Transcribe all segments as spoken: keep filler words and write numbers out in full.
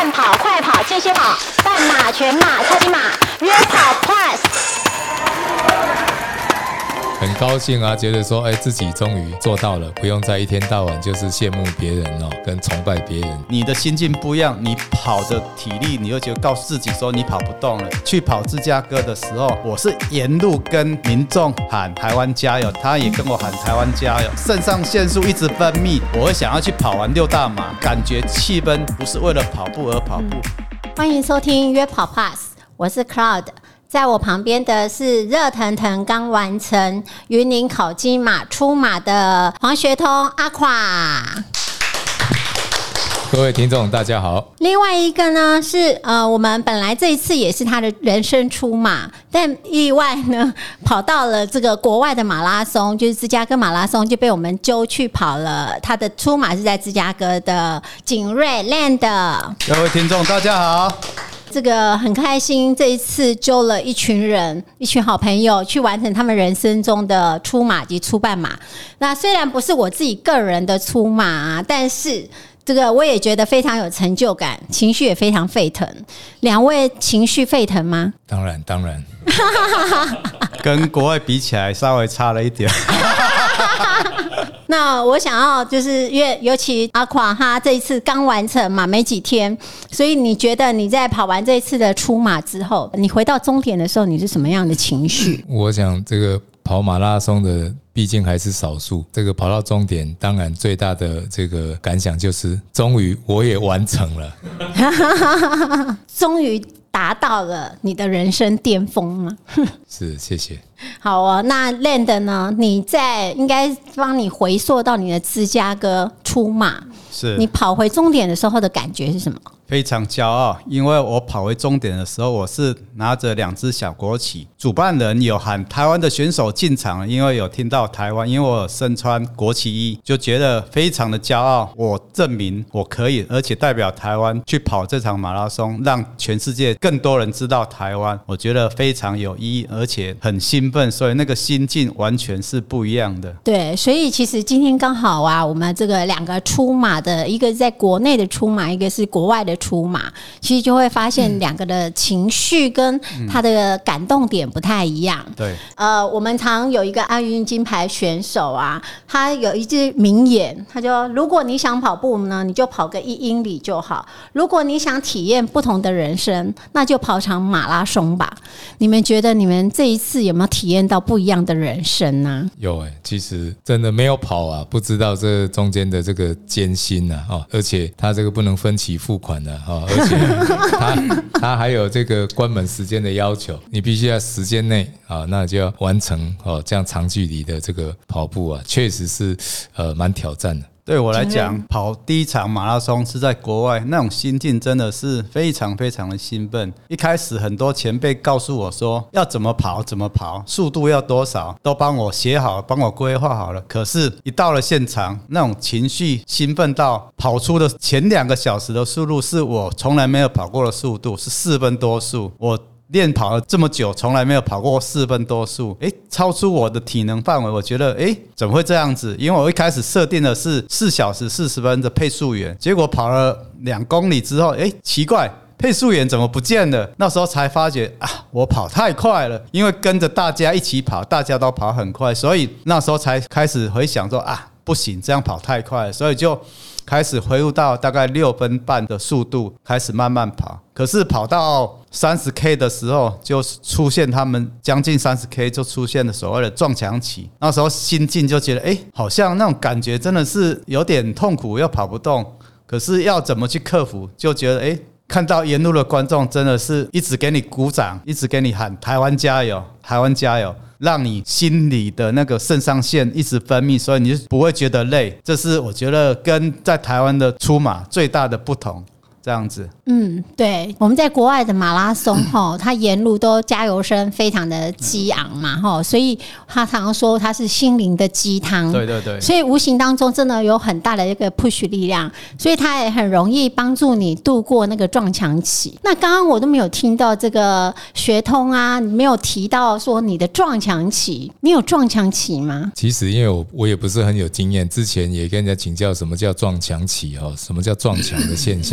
慢跑、快跑、间歇跑、半马、全马、超级马、约跑 Plus。 很高兴啊，觉得说，哎，自己终于做到了，不用再一天到晚就是羡慕别人哦，跟崇拜别人。 你的心境不一样，你跑的体力，你又觉得告诉自己说你跑不动了。去跑芝加哥的时候，我是沿路跟民众喊台湾加油，他也跟我喊台湾加油，肾上腺素一直分泌，我会想要去跑完六大马，感觉气氛不是为了跑步而跑步。 嗯、欢迎收听约跑 Plus， 我是 Cloud。在我旁边的是热腾腾刚完成云林考金马出马的黄学通阿垮。 各位听众大家好。 另外一个呢是呃，我们本来这一次也是他的人生出马，但意外呢跑到了这个国外的马拉松，就是芝加哥马拉松，就被我们揪去跑了。他的出马是在芝加哥的景瑞 Land。 各位听众大家好。 这个很开心，这一次揪了一群人，一群好朋友去完成他们人生中的出马及出半马。那虽然不是我自己个人的出马，但是这个我也觉得非常有成就感，情绪也非常沸腾。两位情绪沸腾吗？ 当然当然跟国外比起来稍微差了一点那我想要就是因为尤其阿垮他这一次刚完成嘛，没几天，所以你觉得你在跑完这一次的出马之后，你回到终点的时候，你是什么样的情绪？ 我想这个跑马拉松的毕竟还是少数，这个跑到终点，当然最大的这个感想就是终于我也完成了终于达到了你的人生巅峰吗？ 是，谢谢。 好哦，那 Land 呢？你在应该帮你回溯到你的芝加哥出马， 是你跑回终点的时候的感觉是什么？ 非常骄傲，因为我跑回终点的时候，我是拿着两只小国旗，主办人有喊台湾的选手进场，因为有听到台湾，因为我有身穿国旗衣，就觉得非常的骄傲。我证明我可以，而且代表台湾去跑这场马拉松，让全世界更多人知道台湾，我觉得非常有意义，而且很兴奋，所以那个心境完全是不一样的。 对，所以其实今天刚好啊，我们这个两个出马的，一个在国内的出马，一个是国外的出马，其实就会发现两个的情绪跟他的感动点不太一样。 嗯、对， 呃，我们常有一个奥运金牌选手啊，他有一句名言，他就说：如果你想跑步呢，你就跑个一英里就好；如果你想体验不同的人生，那就跑场马拉松吧。你们觉得你们这一次有没有体验到不一样的人生呢、啊？ 有哎、欸，其实真的没有跑啊，不知道这中间的这个艰辛啊，哦，而且他这个不能分期付款的、啊、哦，而且他他还有这个关门时间的要求，你必须在时间内啊，那就要完成哦，这样长距离的这个跑步啊，确实是呃蛮挑战的。 对我来讲，跑第一场马拉松是在国外，那种心境真的是非常非常的兴奋。一开始很多前辈告诉我说要怎么跑怎么跑，速度要多少，都帮我写好，帮我规划好了。可是，一到了现场，那种情绪兴奋到跑出的前两个小时的速度是我从来没有跑过的速度，是四分多速。我练跑了这么久，从来没有跑过四分多速，哎，超出我的体能范围。我觉得，哎，怎么会这样子？因为我一开始设定的是四小时四十分的配速员，结果跑了两公里之后，哎，奇怪，配速员怎么不见了？那时候才发觉啊，我跑太快了，因为跟着大家一起跑，大家都跑很快，所以那时候才开始回想说啊，不行，这样跑太快了，所以就开始回入到大概六分半的速度，开始慢慢跑。可是跑到三十 K 的时候，就出现他们将近三十 K 就出现了所谓的撞墙期。那时候心境就觉得，哎，好像那种感觉真的是有点痛苦，又跑不动。可是要怎么去克服，就觉得，哎，看到沿路的观众真的是一直给你鼓掌，一直给你喊台湾加油，台湾加油。让你心里的那个肾上腺一直分泌，所以你就不会觉得累。这是我觉得跟在台湾的出马最大的不同。这样子。 嗯，对，我们在国外的马拉松哈，它沿路都加油声非常的激昂嘛哈，所以他常常说它是心灵的鸡汤。 对对对。 所以无形当中真的有很大的一个 push 力量，所以它也很容易帮助你度过那个撞墙期。那刚刚我都没有听到这个学通啊，你没有提到说你的撞墙期，你有撞墙期吗？ 其实因为我我也不是很有经验，之前也跟人家请教什么叫撞墙期哦，什么叫撞墙的现象。呃，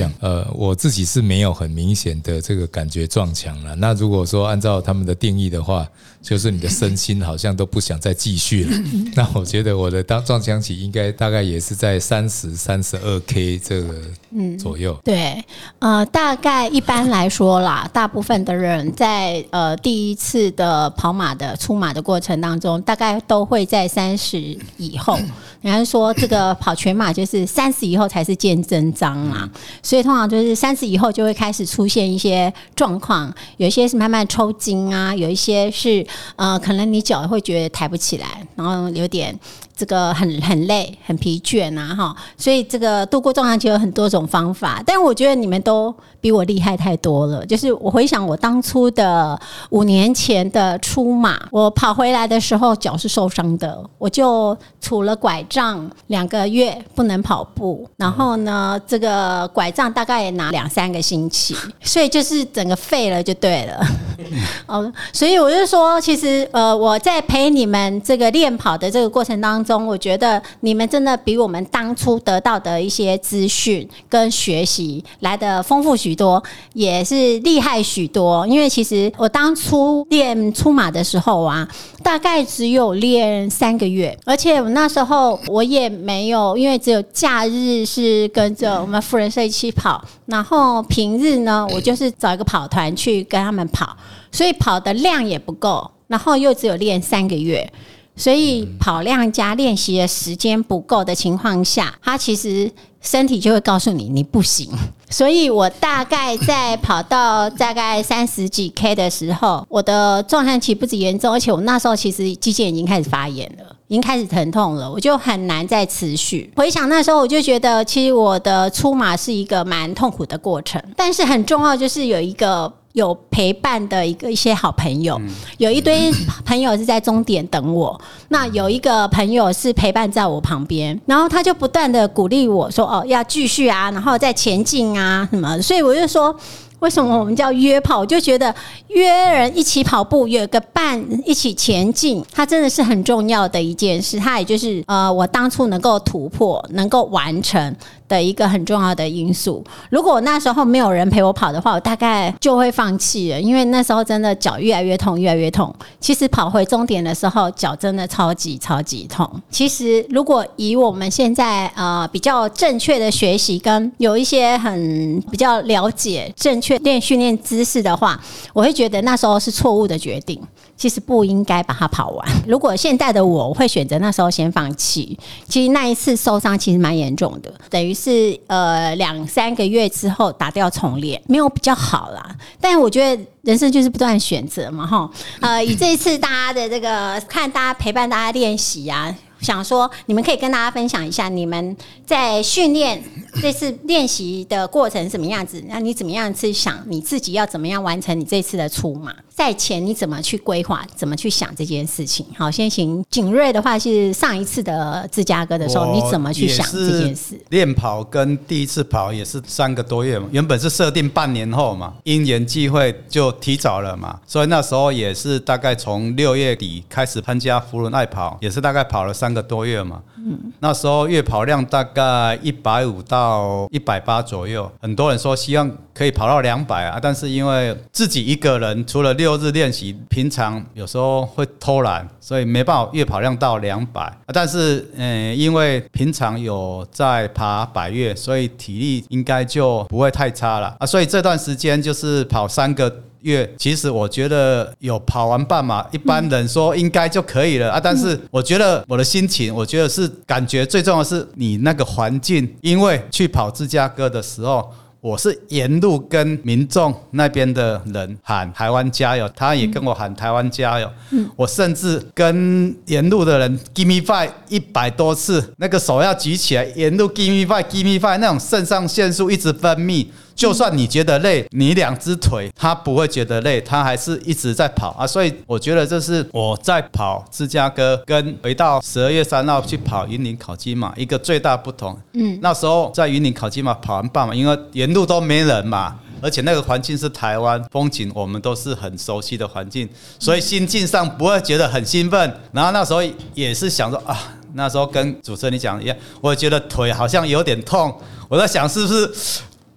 呃，我自己是没有很明显的这个感觉撞墙了。那如果说按照他们的定义的话，就是你的身心好像都不想再继续了。那我觉得我的当撞墙期应该大概也是在三十、三十二 K 这个左右。 嗯、对，呃，大概一般来说啦，大部分的人在呃第一次的跑马的出马的过程当中，大概都会在三十以后。人家说这个跑全马就是三十以后才是见真章啊，所以通常就是三十以后就会开始出现一些状况，有一些是慢慢抽筋啊，有一些是呃可能你脚会觉得抬不起来，然后有点这个很很累、很疲倦啊哈，所以这个度过撞墙期有很多种方法，但我觉得你们都比我厉害太多了。就是我回想我当初的五年前的出马，我跑回来的时候脚是受伤的，我就杵了拐杖两个月不能跑步，然后呢，这个拐杖大概也拿两三个星期，所以就是整个废了就对了。哦，所以我就说，其实呃，我在陪你们这个练跑的这个过程当中，我觉得你们真的比我们当初得到的一些资讯跟学习来的丰富许多，也是厉害许多。因为其实我当初练出马的时候啊，大概只有练三个月，而且我那时候我也没有，因为只有假日是跟着我们妇人社一起跑，然后平日呢，我就是找一个跑团去跟他们跑，所以跑的量也不够，然后又只有练三个月。所以跑量加练习的时间不够的情况下，他其实身体就会告诉你你不行。所以我大概在跑到大概三十几 K 的时候，我的撞墙期不止严重，而且我那时候其实肌腱已经开始发炎了，已经开始疼痛了，我就很难再持续。回想那时候，我就觉得其实我的出马是一个蛮痛苦的过程，但是很重要就是有一个有陪伴的一个一些好朋友，有一堆朋友是在终点等我，那有一个朋友是陪伴在我旁边，然后他就不断的鼓励我说哦要继续啊，然后再前进啊什么，所以我就说为什么我们叫约跑？我就觉得约人一起跑步，有个伴一起前进，它真的是很重要的一件事。它也就是呃，我当初能够突破、能够完成的一个很重要的因素。如果我那时候没有人陪我跑的话，我大概就会放弃了，因为那时候真的脚越来越痛，越来越痛。其实跑回终点的时候，脚真的超级超级痛。其实如果以我们现在呃比较正确的学习，跟有一些很比较了解正确练训练姿势的话，我会觉得那时候是错误的决定，其实不应该把它跑完。如果现在的我，我会选择那时候先放弃。其实那一次受伤其实蛮严重的，等于是呃两三个月之后打掉重练，没有比较好啦。但我觉得人生就是不断选择嘛，哈。呃，以这一次大家的这个看大家陪伴大家练习啊。想说你们可以跟大家分享一下你们在训练这次练习的过程是什么样子，那你怎么样去想你自己要怎么样完成你这次的出马，赛前你怎么去规划，怎么去想这件事情。好，先请景瑞的话是上一次的芝加哥的时候你怎么去想这件事。 练跑跟第一次跑也是三个多月嘛，原本是设定半年后嘛，因缘际会就提早了嘛，所以那时候也是大概从六月底开始参加福伦爱跑，也是大概跑了三个多月嘛。嗯，那时候月跑量大概一百五到一百八左右，很多人说希望可以跑到两百啊，但是因为自己一个人除了六日练习，平常有时候会偷懒，所以没办法月跑量到两百、啊。但是，嗯、呃，因为平常有在爬百岳，所以体力应该就不会太差了啊。所以这段时间就是跑三个月，其实我觉得有跑完半马，一般人说应该就可以了啊。但是我觉得我的心情，我觉得是感觉最重要的是你那个环境，因为去跑芝加哥的时候。我是沿路跟民众那边的人喊台湾加油，他也跟我喊台湾加油。嗯、我甚至跟沿路的人 give me five 一百多次，那个手要举起来，沿路 give me five give me five， 那种肾上腺素一直分泌。就算你觉得累，你两只腿他不会觉得累，他还是一直在跑啊。所以我觉得这是我在跑芝加哥跟回到十二月三号去跑云林烤鸡马一个最大不同。嗯，那时候在云林烤鸡马跑完半马，因为沿路都没人嘛，而且那个环境是台湾风景，我们都是很熟悉的环境，所以心境上不会觉得很兴奋。然后那时候也是想说啊，那时候跟主持人你讲一样，我也觉得腿好像有点痛，我在想是不是。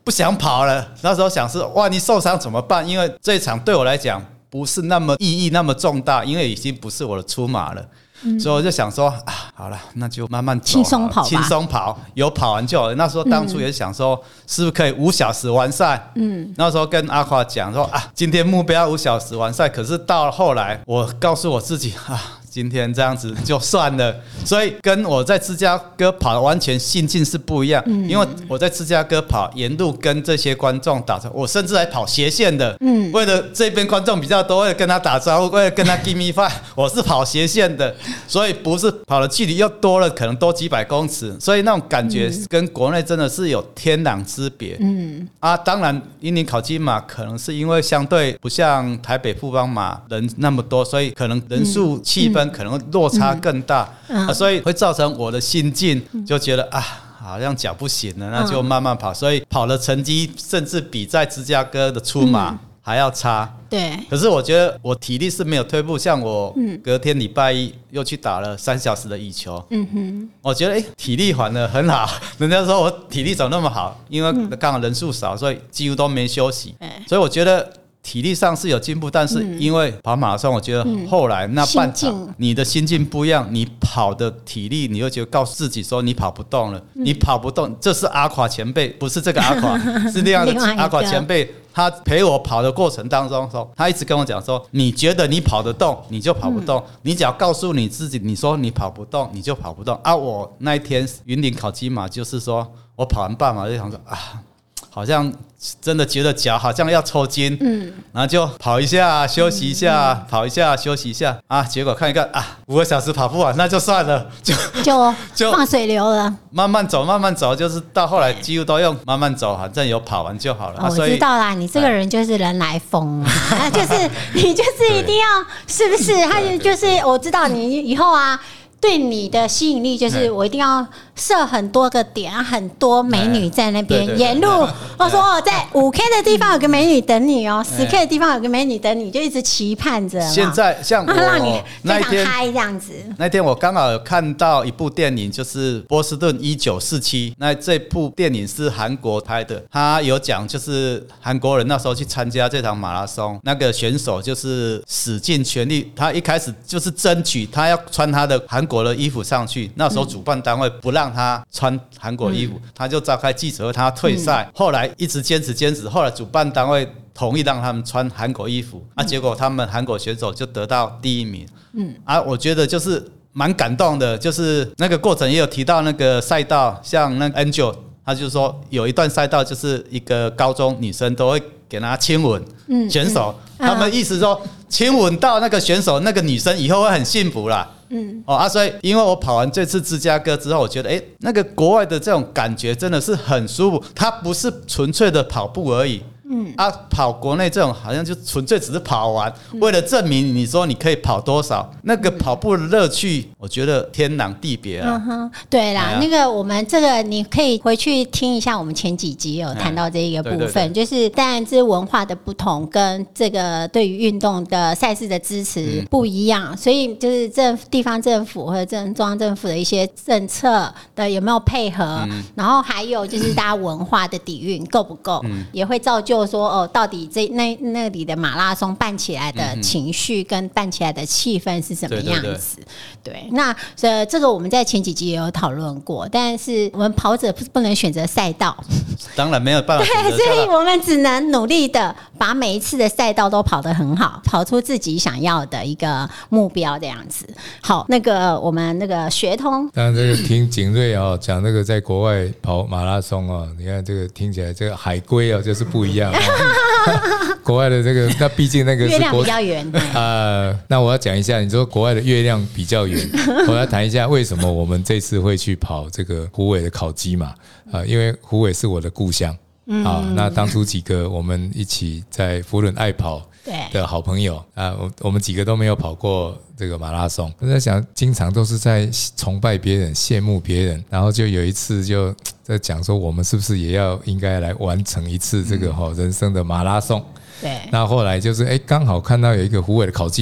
不想跑了。那时候想是哇，你受伤怎么办？因为这一场对我来讲不是那么意义那么重大，因为已经不是我的出马了。嗯、所以我就想说啊，好了，那就慢慢走， 轻松跑吧， 轻松跑，有跑完就好了。那时候当初也想说，是不是可以五小时完赛？嗯，那时候跟阿夸讲说啊，今天目标五小时完赛。可是到后来，我告诉我自己啊。今天这样子就算了，所以跟我在芝加哥跑的完全心境是不一样。嗯、因为我在芝加哥跑，沿路跟这些观众打招呼，我甚至还跑斜线的。嗯，为了这边观众比较多，为了跟他打招呼，为了跟他 give me five， 我是跑斜线的，所以不是跑的距离又多了，可能多几百公尺，所以那种感觉跟国内真的是有天壤之别。嗯，啊，当然云林考金马可能是因为相对不像台北富邦马人那么多，所以可能人数气氛。可能落差更大、嗯啊，所以会造成我的心境就觉得啊，好像脚不行了，那就慢慢跑。所以跑的成绩甚至比在芝加哥的出马还要差。 对， 可是我觉得我体力是没有退步，像我隔天礼拜一又去打了三小时的羽球，嗯哼，我觉得哎、欸、体力还得很好。人家说我体力怎么那么好？因为刚好人数少，所以几乎都没休息，所以我觉得。体力上是有进步，但是因为跑马拉松，我觉得后来那半场你的心境不一样，你跑的体力，你会觉得告诉自己说你跑不动了，你跑不动，这是阿垮前辈，不是这个阿垮，是另外一个阿垮前辈。他陪我跑的过程当中说，他一直跟我讲说，你觉得你跑得动，你就跑不动，你只要告诉你自己，你说你跑不动，你就跑不动啊。我那一天云林考金马，就是说我跑完半马就想说啊。好像真的觉得脚好像要抽筋，嗯，然后就跑一下休息一下，嗯、跑一下休息一下啊，结果看一看啊，五个小时跑不完，那就算了，就就就放水流了， 慢慢走，慢慢走，就是到后来几乎都用慢慢走，反正有跑完就好了。 哦啊、我知道啦，你这个人就是人来疯啊，就是你就是一定要，是不是？他就是我知道你以后啊。对你的吸引力就是我一定要设很多个点，很多美女在那边沿路。我说哦，在五 K 的地方有个美女等你哦，十 K 的地方有个美女等你，就一直期盼着。 现在像我让你非常嗨这样子。 那天我刚好有看到一部电影，就是波士顿一九四七。那这部电影是韩国拍的，他有讲就是韩国人那时候去参加这场马拉松，那个选手就是使尽全力，他一开始就是争取他要穿他的韩国的衣服上去，那时候主办单位不让他穿韩国衣服，嗯、他就召开记者会，他退赛。嗯、后来一直坚持坚持，后来主办单位同意让他们穿韩国衣服，嗯、啊，结果他们韩国选手就得到第一名。嗯，啊，我觉得就是蛮感动的，就是那个过程也有提到那个赛道，像那个 Angel， 他就说有一段赛道就是一个高中女生都会给他亲吻，嗯、选手，嗯、他们意思说亲吻到那个选手，那个女生以后会很幸福啦。嗯，哦啊，所以因为我跑完这次芝加哥之后，我觉得，哎、欸，那个国外的这种感觉真的是很舒服，它不是纯粹的跑步而已。嗯啊，跑国内这种好像就纯粹只是跑完，嗯、为了证明你说你可以跑多少，那个跑步的乐趣，我觉得天壤地别啊。 嗯哼，对啦，那个我们这个你可以回去听一下，我们前几集有谈到这一个部分，对对对，就是当然这文化的不同跟这个对于运动的赛事的支持不一样，嗯、所以就是政地方政府或者政中央政府的一些政策的有没有配合，嗯、然后还有就是大家文化的底蕴够不够，嗯、也会造就。说哦，到底这那那里的马拉松办起来的情绪跟办起来的气氛是什么样子？对, 对, 对，那呃，这个我们在前几集也有讨论过，但是我们跑者不能选择赛道， 当然没有办法。 对，所以我们只能努力的把每一次的赛道都跑得很好，跑出自己想要的一个目标这样子。好，那个我们那个学通， 当然这个听景瑞哦讲那个在国外跑马拉松哦，你看这个听起来这个海龟哦就是不一样。国外的这个，那毕竟那个是月亮比较圆。 呃，那我要讲一下，你说国外的月亮比较圆，我要谈一下为什么我们这次会去跑这个虎尾的烤鸡嘛？啊、呃，因为虎尾是我的故乡。嗯、啊，那当初几个我们一起在福伦爱跑的好朋友啊，我我们几个都没有跑过这个马拉松，我在想，经常都是在崇拜别人、羡慕别人，然后就有一次就在讲说，我们是不是也要应该来完成一次这个哈人生的马拉松？对，那后来就是哎，刚好看到有一个虎尾的烤鸡马。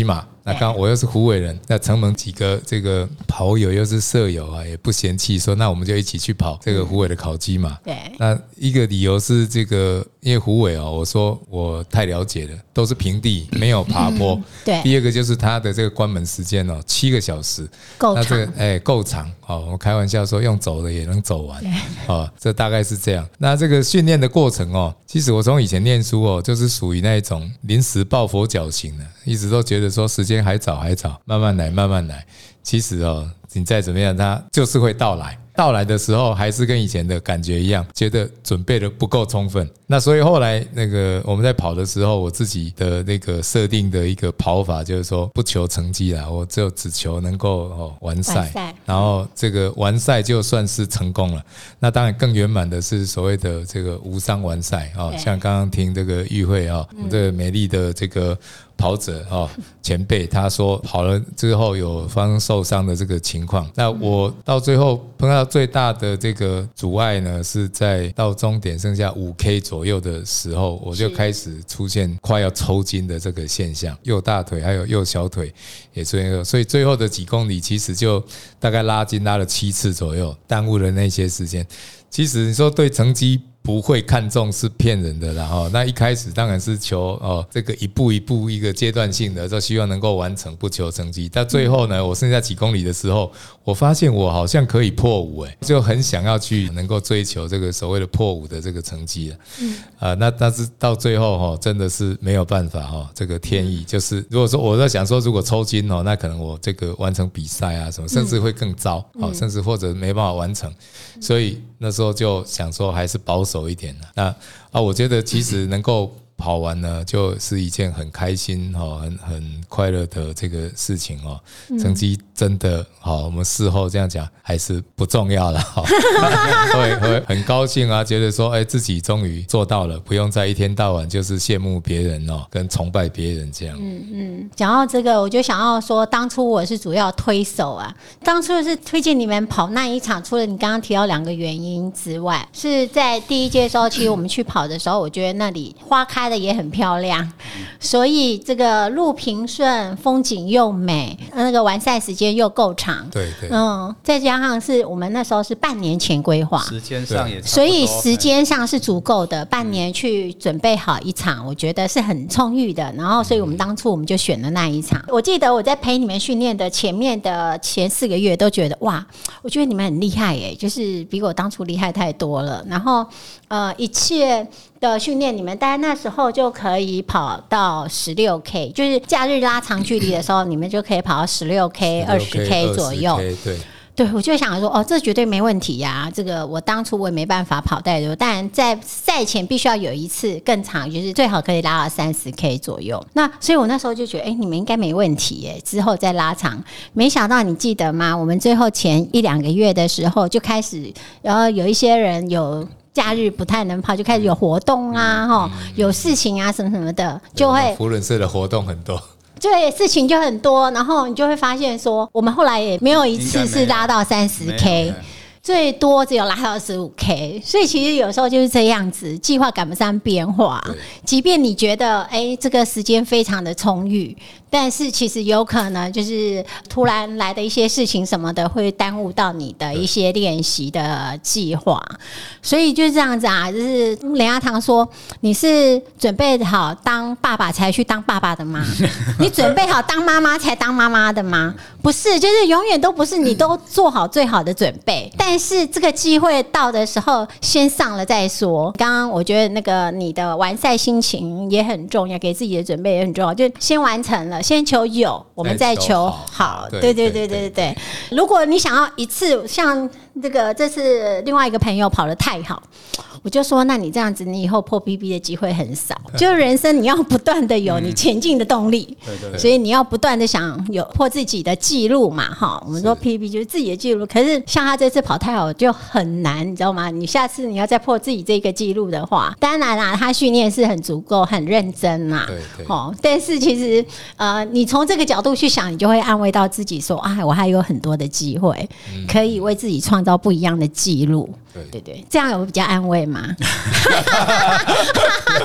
那刚刚我又是虎尾人，那承蒙几个这个跑友又是舍友啊，也不嫌弃，说那我们就一起去跑这个虎尾的烤鸡嘛。 对， 那一个理由是这个，因为虎尾哦，我说我太了解了，都是平地，没有爬坡。 嗯、对。 第二个就是它的这个关门时间哦，七个小时， 够长。 那这个哎够长哦，我开玩笑说用走的也能走完哦，这大概是这样。那这个训练的过程哦，其实我从以前念书哦，就是属于那一种临时抱佛脚型的，一直都觉得说时间还早还早，慢慢来慢慢来。其实哦，你再怎么样，它就是会到来。到来的时候还是跟以前的感觉一样，觉得准备的不够充分。那所以后来那个我们在跑的时候，我自己的那个设定的一个跑法就是说不求成绩啦，我只有只求能够哦完赛，然后这个完赛就算是成功了。那当然更圆满的是所谓的这个无伤完赛哦，像刚刚听这个玉慧啊，我们这个美丽的这个跑者哦前辈他说跑了之后有发生受伤的这个情况，那我到最后碰到最大的这个阻碍呢，是在到终点剩下五 K 左右的时候，我就开始出现快要抽筋的这个现象，右大腿还有右小腿也出现，所以最后的几公里其实就大概拉筋拉了七次左右，耽误了那些时间。其实你说对成绩不会看重是骗人的啦哈，那一开始当然是求哦这个一步一步一个阶段性的，就希望能够完成，不求成绩。到最后呢，我剩下几公里的时候，我发现我好像可以破五哎，就很想要去能够追求这个所谓的破五的这个成绩了。嗯，啊，那但是到最后哈，真的是没有办法哈，这个天意就是，如果说我在想说，如果抽筋哦，那可能我这个完成比赛啊什么，甚至会更糟，好，甚至或者没办法完成，所以那时候就想说还是保守一点了。那啊，我觉得其实能够跑完呢，就是一件很开心哈、很很快乐的这个事情哦。成绩真的好，我们事后这样讲还是不重要了哈。会会很高兴啊，觉得说哎，自己终于做到了，不用再一天到晚就是羡慕别人哦，跟崇拜别人这样。 嗯嗯，讲到这个，我就想要说，当初我是主要推手啊，当初是推荐你们跑那一场，除了你刚刚提到两个原因之外，是在第一届的时候，其实我们去跑的时候，我觉得那里花开的也很漂亮，所以这个路平顺，风景又美，那个完赛时间又够长， 对对， 嗯，再加上是我们那时候是半年前规划， 时间上也差不多， 所以时间上是足够的，半年去准备好一场，我觉得是很充裕的。然后，所以我们当初我们就选了那一场。我记得我在陪你们训练的前面的前四个月，都觉得哇，我觉得你们很厉害耶，就是比我当初厉害太多了。然后，呃，一切的训练，你们大概那时候就可以跑到十六 K， 就是假日拉长距离的时候，你们就可以跑到十六 K、二十 K 左右。 对。 对，我就想说，哦，这绝对没问题呀、啊。这个我当初我也没办法跑太多，但在赛前必须要有一次更长，就是最好可以拉到三十 K 左右。那所以我那时候就觉得，哎，你们应该没问题耶。之后再拉长，没想到你记得吗？我们最后前一两个月的时候就开始，然后有一些人有假日不太能跑，就开始有活动啊，哈、嗯，有事情啊什么什么的，就会福伦社的活动很多。 对，事情就很多，然后你就会发现说，我们后来也没有一次是拉到三十 K， 最多只有拉到十五 K， 所以其实有时候就是这样子，计划赶不上变化。即便你觉得哎，这个时间非常的充裕，但是其实有可能就是突然来的一些事情什么的，会耽误到你的一些练习的计划。所以就是这样子啊，就是林阿堂说，你是准备好当爸爸才去当爸爸的吗？你准备好当妈妈才当妈妈的吗？不是，就是永远都不是，你都做好最好的准备，但是这个机会到的时候，先上了再说。刚刚我觉得那个你的完赛心情也很重要，给自己的准备也很重要，就先完成了，先求有，我们再求好。对对对对对对。如果你想要一次像这个，这次另外一个朋友跑得太好，我就说，那你这样子，你以后破 P B 的机会很少。就人生你要不断的有你前进的动力， 对对对， 所以你要不断的想有破自己的记录嘛，哈。我们说 P B 就是自己的记录，可是像他这次跑太好就很难，你知道吗？你下次你要再破自己这个记录的话，当然啦，他训练是很足够、很认真啦， 对对。 哦，但是其实呃，你从这个角度去想，你就会安慰到自己说，啊，我还有很多的机会，嗯、可以为自己创造不一样的记录。对对对，这样有比较安慰吗？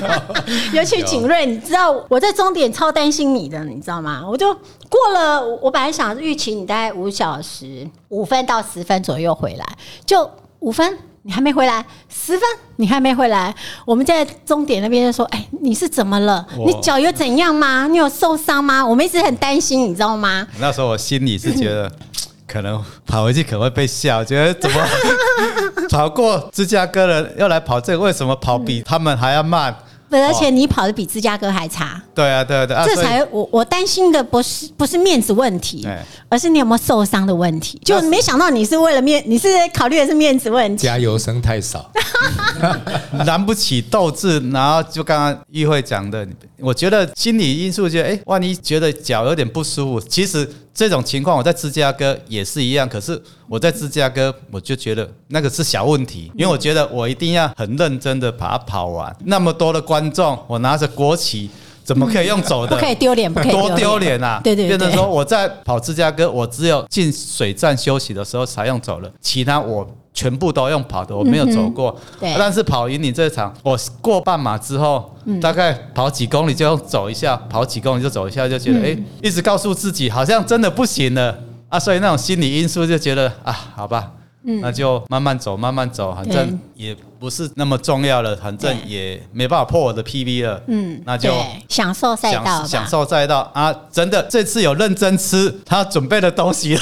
尤其景瑞，你知道我在终点超担心你的，你知道吗？我就过了，我本来想预期你大概五小时五分到十分左右回来，就五分。你还没回来，十分你还没回来，我们在终点那边就说：“哎、欸，你是怎么了？你脚有怎样吗？你有受伤吗？”我们一直很担心，你知道吗？ 那时候我心里是觉得，可能跑回去可能会被笑，觉得怎么跑过芝加哥人要来跑这个，为什么跑比他们还要慢？ 而且你跑得比芝加哥还差。 对啊，对啊，对啊， 这才我我担心的不是不是面子问题，而是你有没有受伤的问题。就没想到你是为了面，你是考虑的是面子问题。 加油声太少， 燃不起斗志。然后就刚刚议会讲的，我觉得心理因素，觉得哎，万一觉得脚有点不舒服，其实这种情况我在芝加哥也是一样。可是我在芝加哥，我就觉得那个是小问题，因为我觉得我一定要很认真的把它跑完。那么多的观众，我拿着国旗。怎么可以用走的？ 不可以丢脸，不可以多丢脸啊！ 对对对， 变成说我在跑芝加哥，我只有进水站休息的时候才用走了，其他我全部都用跑的，我没有走过。嗯、对，但是跑赢你这场，我过半马之后，嗯、大概跑几公里就用走一下，跑几公里就走一下，就觉得哎、嗯欸，一直告诉自己好像真的不行了啊，所以那种心理因素就觉得啊，好吧。嗯、那就慢慢走，慢慢走，反正也不是那么重要了，反正也没办法破我的 P B 了。嗯，那就享受赛道吧， 享受赛道啊！真的，这次有认真吃他准备的东西了。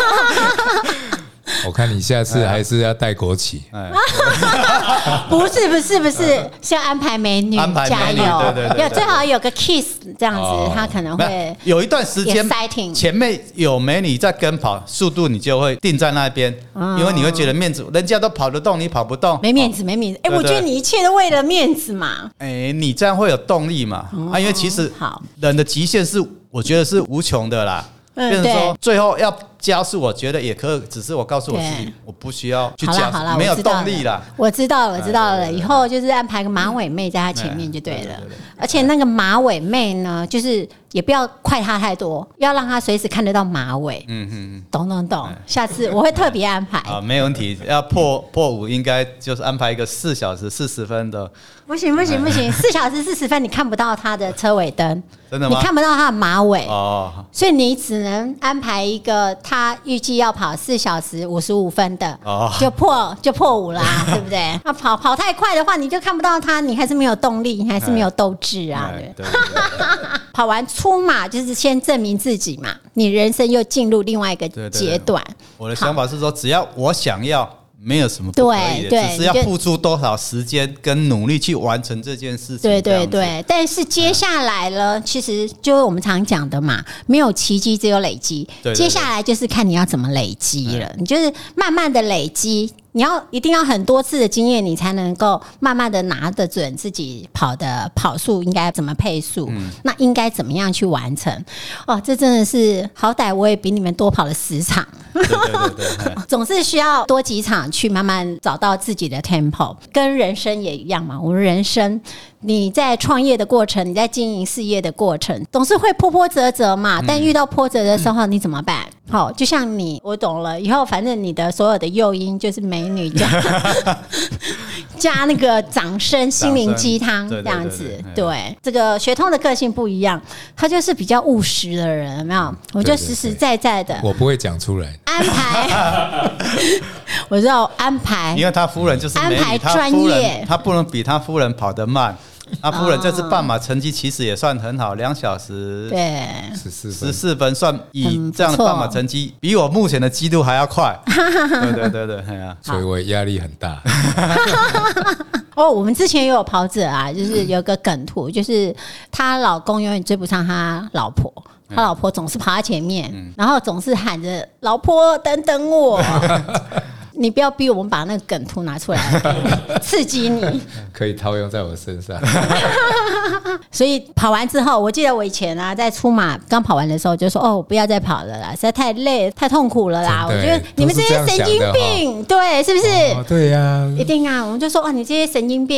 我看你下次还是要带国旗。 不是不是不是，是要安排美女加油，要最好有个 kiss 这样子，他可能会有一段时间前面有美女在跟跑，速度你就会定在那边，因为你会觉得面子，人家都跑得动，你跑不动， 没面子没面子。哎，我觉得你一切都为了面子嘛。 哎，你这样会有动力嘛？啊，因为其实人的极限是，我觉得是无穷的啦。变成说最后要加速，我觉得也可以，只是我告诉我自己，我不需要去加速，没有动力了。 我知道了，我知道了。以后就是安排个马尾妹在他前面就对了。而且那个马尾妹呢，就是也不要快她太多，要让她随时看得到马尾。嗯嗯，懂懂懂。下次我会特别安排啊，没问题。要破破五，应该就是安排一个四小时四十分的。 不行不行不行，四小时四十分你看不到她的车尾灯， 真的吗？ 你看不到她的马尾哦，所以你只能安排一个他预计要跑四小时五十五分的，哦、就破就破五啦，对不对？那跑跑太快的话，你就看不到他，你还是没有动力，你还是没有斗志啊。对对对对跑完初马就是先证明自己嘛，你人生又进入另外一个阶段。对对对， 我的想法是说，只要我想要。没有什么不可以的，只是要付出多少时间跟努力去完成这件事情。 对对对，但是接下来呢，其实就是我们常讲的嘛，没有奇迹，只有累积。对对对，接下来就是看你要怎么累积了，你就是慢慢的累积。你要一定要很多次的经验，你才能够慢慢的拿得准自己跑的跑速应该怎么配速，嗯、那应该怎么样去完成？哦，这真的是好歹我也比你们多跑了十场， 对对对对， 总是需要多几场去慢慢找到自己的 tempo， 跟人生也一样嘛。我们人生你在创业的过程，你在经营事业的过程，总是会波波折折嘛。但遇到波折的时候，你怎么办？好，就像你，我懂了。以后反正你的所有的诱因就是美女加加那个掌声、心灵鸡汤这样子。对，这个学通的个性不一样，他就是比较务实的人，有没有？我就实实在在的， 我不会讲出来。 安排，我知道安排， 因为他夫人就是安排专业， 他不能比他夫人跑得慢。他夫人这次半马成绩其实也算很好，两小时对十四十四分，算以这样的半马成绩，比我目前的纪录还要快。对对对对，哎呀， 所以我压力很大。 哦，我们之前也有跑者啊，就是有个梗图，就是她老公永远追不上她老婆。他老婆总是跑在前面，嗯、然后总是喊着“老婆，等等我”。你不要逼我们把那个梗图拿出来，刺激你。 可以套用在我身上。 所以跑完之后，我记得我以前啊，在出马刚跑完的时候，就说：“哦，不要再跑了啦，实在太累、太痛苦了啦。”我觉得你们这些神经病，对，是不是？ 哦、对呀、啊， 一定啊！我们就说：“哦，你这些神经病，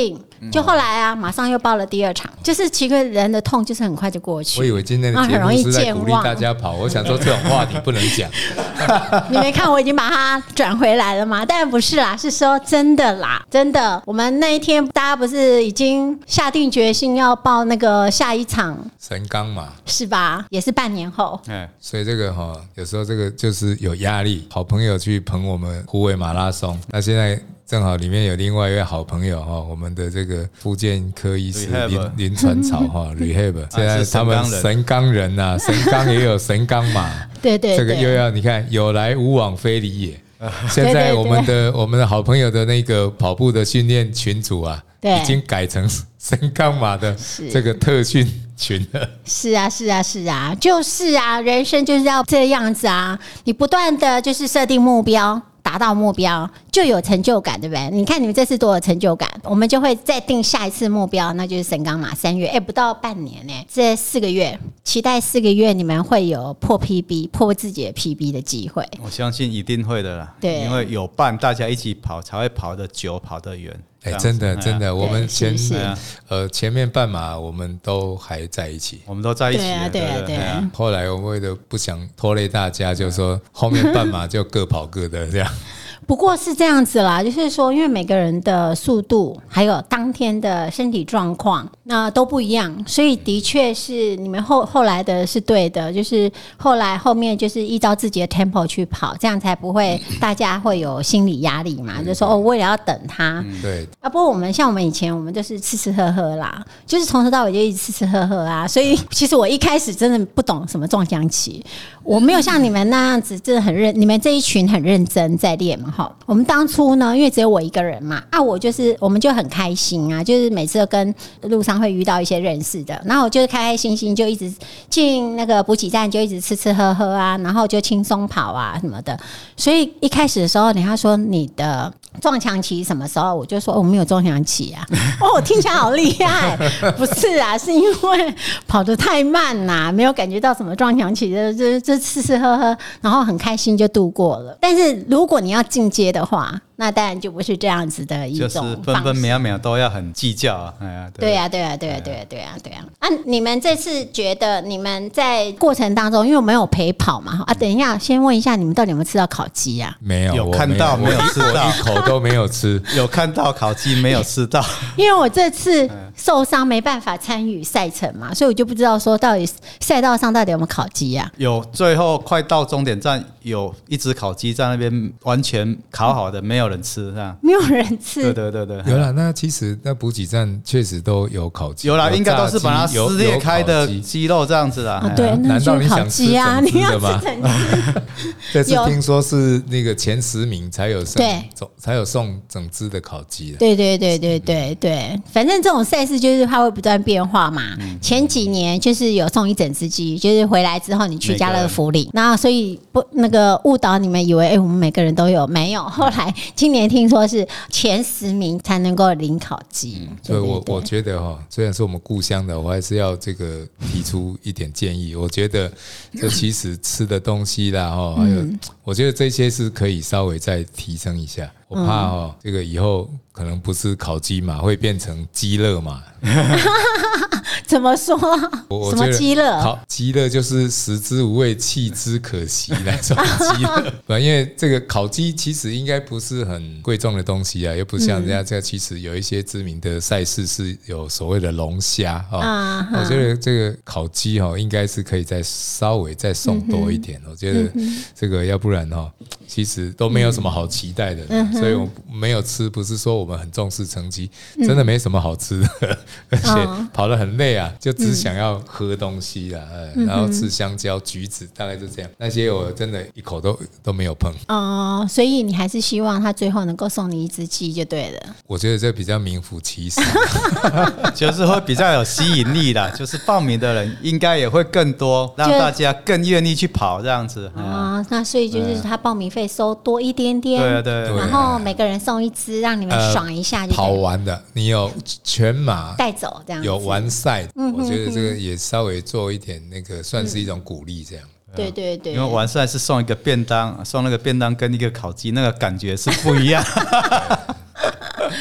就后来啊，马上又报了第二场，就是奇怪人的痛就是很快就过去。 我以为今天的节目是在鼓励大家跑，我想说这种话题不能讲。 你没看我已经把它转回来了吗？当然不是啦，是说真的啦，真的。我们那一天大家不是已经下定决心要报那个下一场神冈嘛， 是吧？也是半年后。 哎， 所以这个哈，有时候这个就是有压力。好朋友去捧我们虎尾马拉松，那现在正好里面有另外一位好朋友哈，我们的这个复健科医师林林传草哈 ，Rehab， 现在他们神冈人呐，神冈也有神冈马， 对对， 这个又要你看有来无往非礼也。现在我们的我们的好朋友的那个跑步的训练群组啊，已经改成神冈马的这个特训群了。 是啊，是啊，是啊，就是啊，人生就是要这样子啊，你不断的就是设定目标。达到目标就有成就感，对不对？你看你们这次多有成就感，我们就会再定下一次目标，那就是神冈马三月，哎，不到半年呢，这四个月，期待四个月你们会有破 P B、破自己的 P B 的机会。 我相信一定会的啦， 对， 因为有伴，大家一起跑才会跑得久，跑得远。 哎，真的真的，我们前呃前面半马我们都还在一起， 我们都在一起， 对啊对啊对啊。 后来我们为了不想拖累大家，就说后面半马就各跑各的这样。 不过是这样子啦，就是说，因为每个人的速度还有当天的身体状况，那都不一样，所以的确是你们后后来的是对的，就是后来后面就是依照自己的 tempo 去跑，这样才不会大家会有心理压力嘛，就说哦，为了要等他， 对啊。不过我们像我们以前，我们就是吃吃喝喝啦，就是从头到尾就一直吃吃喝喝啊，所以其实我一开始真的不懂什么撞墙期，我没有像你们那样子，真的很认，你们这一群很认真在练嘛。好，我们当初呢，因为只有我一个人嘛，啊，我就是我们就很开心啊，就是每次都跟路上会遇到一些认识的，然后我就是开开心心就一直进那个补给站，就一直吃吃喝喝啊，然后就轻松跑啊什么的。所以一开始的时候，人家说你的撞墙期什么时候，我就说、哦、我没有撞墙期啊。哦，听起来好厉害，不是啊，是因为跑得太慢啦、啊，没有感觉到什么撞墙期的，这这吃吃喝喝，然后很开心就度过了。但是如果你要进阶的话，那当然就不是这样子的一种方式， 就是分分秒秒都要很计较啊！哎呀， 对呀，对呀，对呀，对呀，对呀，对呀。啊，你们这次觉得你们在过程当中，因为我们有陪跑嘛，啊，等一下，先问一下你们到底有没有吃到烤鸡啊？ 没有， 有看到没有吃到， 一口都没有吃。 有看到烤鸡没有吃到， 因为我这次受伤没办法参与赛程嘛，所以我就不知道说到底赛道上到底有没有烤鸡啊？ 有，最后快到终点站，有一只烤鸡在那边完全烤好的，没有人吃，这样没有人吃。 对对对对， 有啦。那其实那补给站确实都有烤鸡， 有啦，应该都是把它撕裂开的鸡肉这样子啦。 啊、对，那就是烤鸡啊，你要吃整只。 这次听说是那个前十名才有送， 对， 才有送整只的烤鸡的。 对对对对对对，反正这种赛事就是它会不断变化嘛。嗯、前几年就是有送一整只鸡，就是回来之后你去家乐福里，那所以不那个误导你们以为哎、欸、我们每个人都有，没有。后来今年听说是前十名才能够领烤鸡， 嗯、所以我我觉得哈，虽然是我们故乡的，我还是要这个提出一点建议。我觉得这其实吃的东西啦，哈，还有我觉得这些是可以稍微再提升一下。我怕哈，这个以后可能不是烤鸡嘛，会变成鸡肋嘛。 怎么说？什么鸡肋？ 好，鸡肋就是食之无味，弃之可惜那种鸡肋。因为这个烤鸡其实应该不是很贵重的东西啊，又不像人家这其实有一些知名的赛事是有所谓的龙虾啊。我觉得这个烤鸡哈，应该是可以再稍微再送多一点。我觉得这个要不然哈，其实都没有什么好期待的。所以我没有吃，不是说我们很重视成绩，真的没什么好吃的，而且跑得很累啊，就只想要喝东西啦，然后吃香蕉、橘子，大概就这样。那些我真的一口都都没有碰。 哦，所以你还是希望他最后能够送你一只鸡就对了。 我觉得这比较名副其实， 就是会比较有吸引力啦。就是报名的人应该也会更多，让大家更愿意去跑这样子。 啊、哦，那所以就是他报名费收多一点点， 对对， 然后每个人送一只，让你们爽一下就、呃。 跑完的，你有全马带走这样子， 有完赛，嗯、我觉得这个也稍微做一点那个，算是一种鼓励这样。 嗯、对对对， 因为完赛是送一个便当，送那个便当跟一个烤鸡，那个感觉是不一样。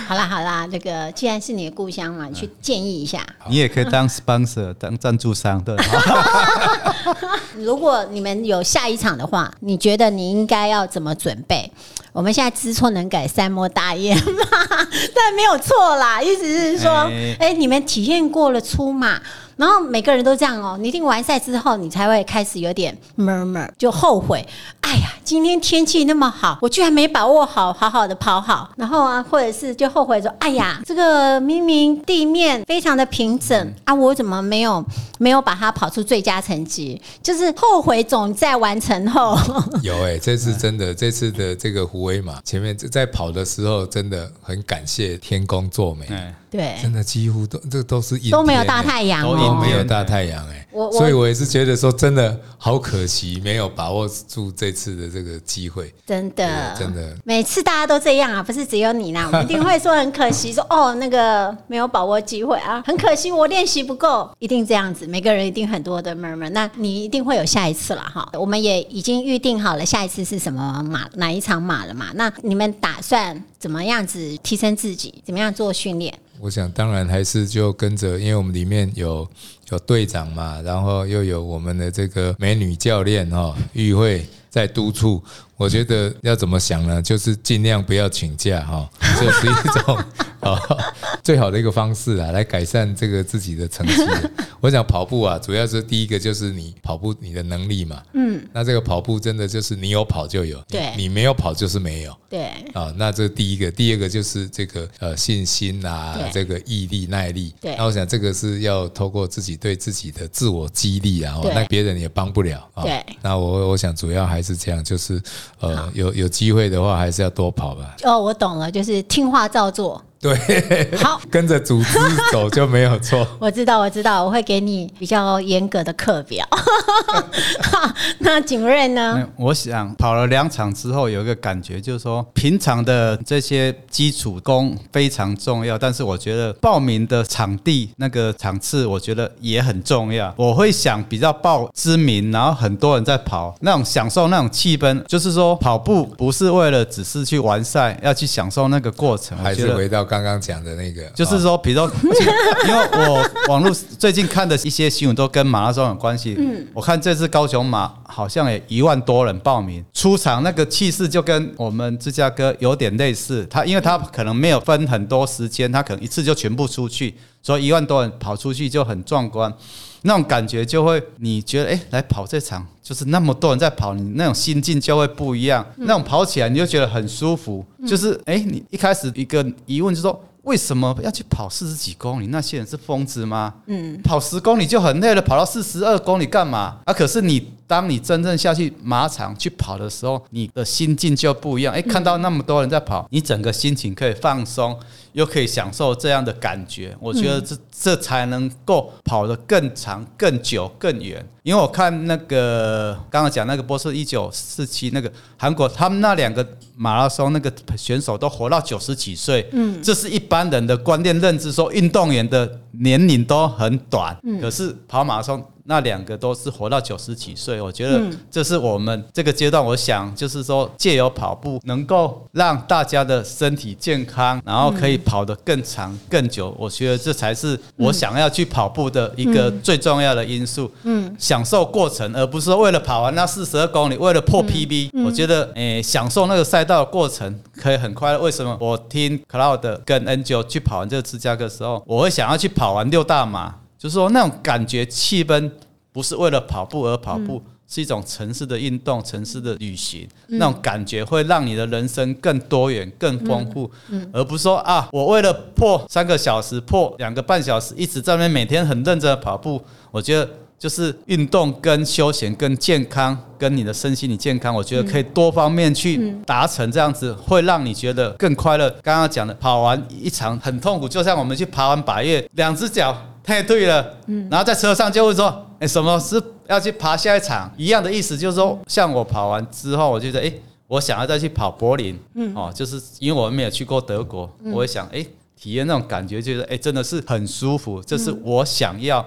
好啦好啦，这个既然是你的故乡嘛，你去建议一下。 你也可以当 sponsor 当赞助商，对。 如果你们有下一场的话，你觉得你应该要怎么准备？我们现在知错能改，善莫大焉嘛，但没有错啦。意思是说，哎、欸欸，你们体验过了出马，然后每个人都这样哦。你一定完赛之后，你才会开始有点 murmur， 就后悔。哎呀，今天天气那么好，我居然没把握好，好好的跑好。然后啊，或者是就后悔说，哎呀，这个明明地面非常的平整啊，我怎么没有没有把它跑出最佳成绩？就是后悔总在完成后。 有哎、欸，这次真的，这次的这个虎尾马前面在跑的时候，真的很感谢天公作美。 对， 真的几乎都这都是阴天、欸、 都没有大太阳、哦， 都没有大太阳哎、欸，所以我也是觉得说，真的好可惜，没有把握住这次的这个机会。 真的， 真的， 每次大家都这样啊，不是只有你啦，我们一定会说很可惜，说哦那个没有把握机会啊，很可惜我练习不够，一定这样子，每个人一定很多的 murmur， 那你一定会有下一次了哈。我们也已经预定好了下一次是什么马，哪一场马了嘛？那你们打算怎么样子提升自己，怎么样做训练？ 我想当然还是就跟着，因为我们里面有有队长嘛，然后又有我们的这个美女教练哈，玉慧在督促。我觉得要怎么想呢？就是尽量不要请假哈，这是一种最好的一个方式啊，来改善这个自己的成绩。我想跑步啊，主要是第一个就是你跑步你的能力嘛，嗯，那这个跑步真的就是你有跑就有， 对， 你没有跑就是没有， 对啊，那这第一个，第二个就是这个呃信心啊，这个毅力耐力， 对， 那我想这个是要透过自己对自己的自我激励啊，那别人也帮不了啊， 对， 那我我想主要还是这样，就是呃有有机会的话还是要多跑吧。 哦，我懂了，就是听话照做。 对， 好， 跟着组织走就没有错。 我知道，我知道，我会给你比较严格的课表。好，那景瑞呢？ 我想跑了两场之后，有一个感觉，就是说平常的这些基础功非常重要，但是我觉得报名的场地那个场次，我觉得也很重要。我会想比较报知名，然后很多人在跑，那种享受那种气氛，就是说跑步不是为了只是去完赛，要去享受那个过程。 还是回到刚刚讲的那个， 就是说，比如说，因为我网络最近看的一些新闻都跟马拉松有关系。嗯，我看这次高雄马好像也一万多人报名，出场那个气势就跟我们芝加哥有点类似。他因为他可能没有分很多时间，他可能一次就全部出去，所以一万多人跑出去就很壮观。那种感觉就会，你觉得哎、欸，来跑这场就是那么多人在跑，你那种心境就会不一样。那种跑起来你就觉得很舒服。就是哎、欸，你一开始一个疑问就是说，为什么要去跑四十几公里？那些人是疯子吗？嗯，跑十公里就很累了，跑到四十二公里干嘛？啊，可是你当你真正下去马场去跑的时候，你的心境就不一样。哎、欸，看到那么多人在跑，你整个心情可以放松，又可以享受这样的感觉。我觉得这这才能够跑得更长、更久、更远。因为我看那个刚刚讲那个波士一九四七那个韩国，他们那两个马拉松那个选手都活到九十几岁，嗯，这是一般人的观念认知，说运动员的年龄都很短，嗯，可是跑马拉松那两个都是活到九十几岁。我觉得这是我们这个阶段，我想就是说借由跑步能够让大家的身体健康，然后可以跑得更长更久。我觉得这才是我想要去跑步的一个最重要的因素。嗯，享受过程，而不是为了跑完那四十二公里，为了破 P B。我觉得，诶，享受那个赛道的过程可以很快乐。为什么？我听 Cloud 跟 Angel 去跑完这个芝加哥的时候，我会想要去跑完六大马。就是说那种感觉气氛不是为了跑步而跑步，嗯，是一种城市的运动，城市的旅行，嗯，那种感觉会让你的人生更多元更丰富，嗯嗯，而不是说啊我为了破三个小时破两个半小时一直在那边每天很认真的跑步。我觉得就是运动跟休闲跟健康跟你的身心理健康，我觉得可以多方面去达成，这样子会让你觉得更快乐。刚刚讲的跑完一场很痛苦，就像我们去爬完百岳，两只脚太对了，然后在车上就会说，哎，什么是要去爬下一场？一样的意思，就是说，像我跑完之后，我觉得，哎，我想要再去跑柏林，哦，就是因为我们没有去过德国，我会想，哎，体验那种感觉，觉得，哎，真的是很舒服，这是我想要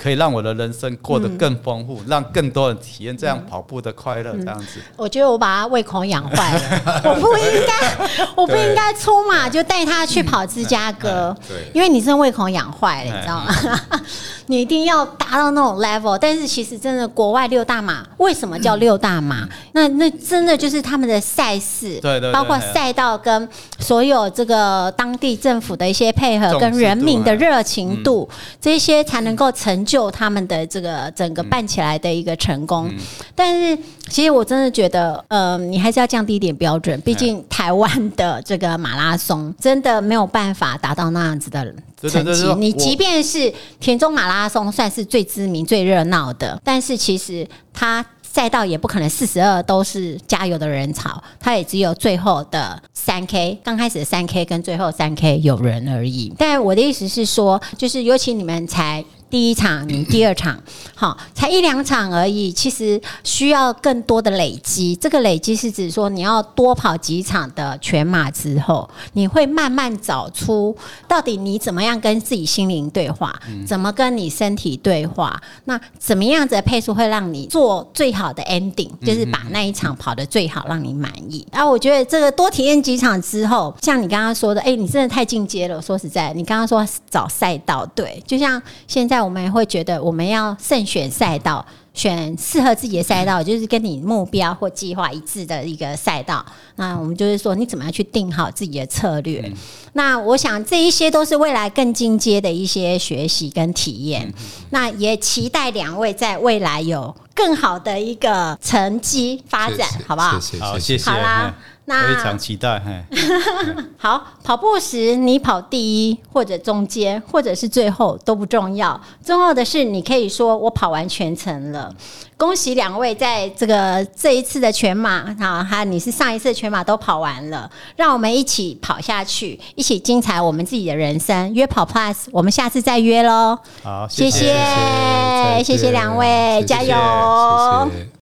可以让我的人生过得更丰富，嗯、让更多人体验这样跑步的快乐，这样子。 我觉得我把他胃口养坏了，我不应该，我不应该出马就带他去跑芝加哥， 对， 因为你真的胃口养坏了，你知道吗？你一定要达到那种 level， 但是其实真的国外六大马为什么叫六大马？那那真的就是他们的赛事， 对对对， 包括赛道跟所有这个当地政府的一些配合，跟人民的热情度，嗯、这些才能够成就他们的这个整个办起来的一个成功。嗯、但是其实我真的觉得，呃，你还是要降低一点标准，毕竟台湾的这个马拉松真的没有办法达到那样子的成绩。你即便是田中马拉松算是最知名、最热闹的，但是其实它赛道也不可能四十二都是加油的人潮，它也只有最后的三 K， 刚开始的三 K 跟最后三 K 有人而已。但我的意思是说，就是尤其你们才第一场，你第二场，好，才一两场而已，其实需要更多的累积。这个累积是指说，你要多跑几场的全马之后，你会慢慢找出到底你怎么样跟自己心灵对话，嗯、怎么跟你身体对话，那怎么样子的配速会让你做最好的 ending， 就是把那一场跑得最好，让你满意。然后我觉得这个多体验几场之后，像你刚刚说的，哎、欸，你真的太进阶了。说实在，你刚刚说找赛道，对，就像现在。我们会觉得我们要慎选赛道，选适合自己的赛道，就是跟你目标或计划一致的一个赛道。那我们就是说，你怎么样去定好自己的策略？嗯、那我想这一些都是未来更进阶的一些学习跟体验。嗯、那也期待两位在未来有更好的一个成绩发展，好不好？ 谢谢， 好，谢谢。 好啦。那非常期待。 好，跑步时你跑第一或者中间或者是最后都不重要，重要的是你可以说我跑完全程了。恭喜两位在这个这一次的全马啊，哈，你是上一次的全马都跑完了，让我们一起跑下去，一起精彩我们自己的人生。约跑 Plus， 我们下次再约咯。 好， 谢谢， 谢谢， 谢谢两位，加油。 谢谢。